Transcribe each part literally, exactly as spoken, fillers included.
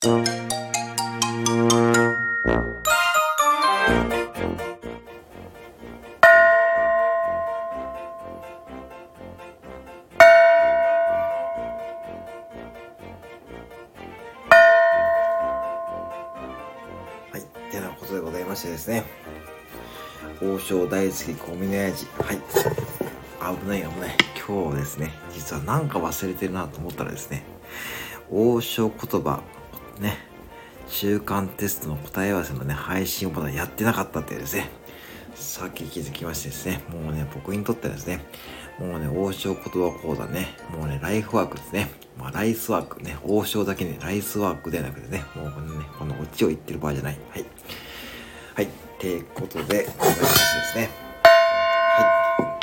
はい、てなことでございましてですね、王将大好きゴミのやじ、はい、危ない危ない。今日ですね、実はなんか忘れてるなと思ったらですね、王将言葉、ね、中間テストの答え合わせのね、配信をまだやってなかったっていうですね、さっき気づきましてですね、もうね、僕にとってはですね、もうね、王将言葉講座ね、もうね、ライフワークですね。まあ、ライスワークね、王将だけにライスワークではなくてね、もうこのね、このオチを言ってる場合じゃない。はい。はい。ということで、ございましてですね。はい。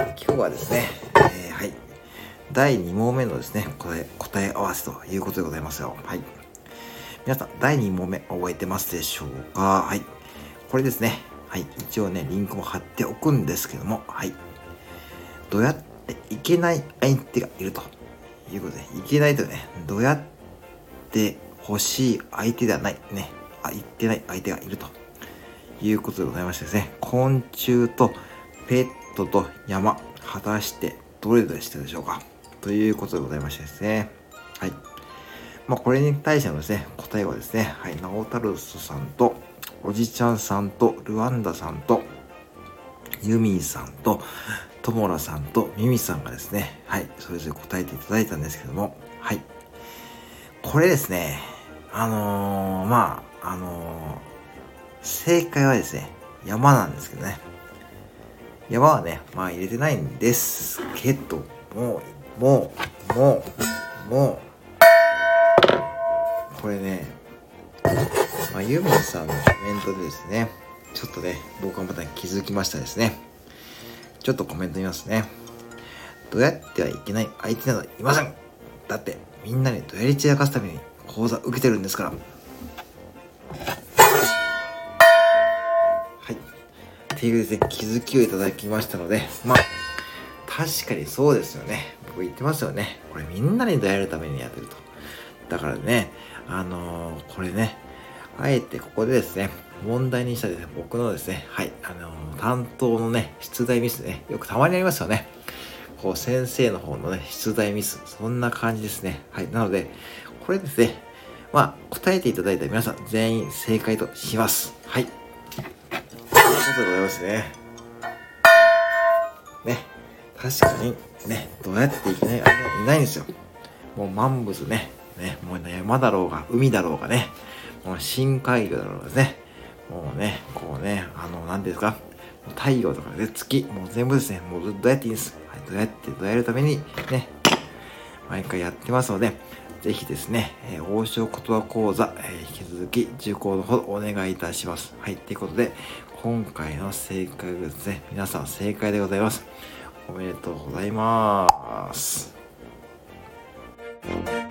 今日はですね、えー、はい。だいに問目のですね、答え、答え合わせということでございますよ。はい。皆さん、だいに問目覚えてますでしょうか？はい。これですね。はい。一応ね、リンクも貼っておくんですけども、はい。どうやっていけない相手がいるということで、いけないとね、どうやって欲しい相手ではないね、あ、言ってない相手がいるということでございましてですね、昆虫とペットと山、果たしてどれでしたでしょうかということでございましてですね、はい。まあ、これに対してのですね、答えはですね、はい、ナオタルスさんと、おじちゃんさんと、ルワンダさんと、ユミーさんと、トモラさんとミミさんがですね、はい、それぞれ答えていただいたんですけども、はい。これですね、あのー、まあ、あのー、正解はですね、山なんですけどね。山はね、まあ入れてないんですけども、もう、もう、もう、これね、まあ、ユミさんのコメントでですね、ちょっとね、僕はまた気づきましたですね。ちょっとコメント見ますね。どうやってはいけない相手などいません。だってみんなにどやり散らかすために講座受けてるんですから。はい。っていうですね、気づきをいただきましたので、まあ、確かにそうですよね。僕言ってますよね。これみんなにどやるためにやってると。だからね、あのー、これね、あえてここでですね、問題にしたですね、僕のですね、はい、あのー、担当のね、出題ミスね、よくたまにありますよね。こう、先生の方のね、出題ミス、そんな感じですね。はい、なので、これですね、まあ、答えていただいた皆さん、全員正解とします。はい。ということでございますね。ね、確かに、ね、どうやっていけない相手はいないんですよ。もう万物ね、ね、もう山だろうが、海だろうがね、もう深海魚だろうがですね、もうね、こうね、あの、なんていうんですか、太陽とかね、月、もう全部ですね、もうどうやっていいんです。はい、どうやって、どうやるために、ね、毎回やってますので、ぜひですね、えー、王将言葉講座、えー、引き続き受講のほどお願いいたします。はい、ということで、今回の正解はですね、皆さん正解でございます。おめでとうございます。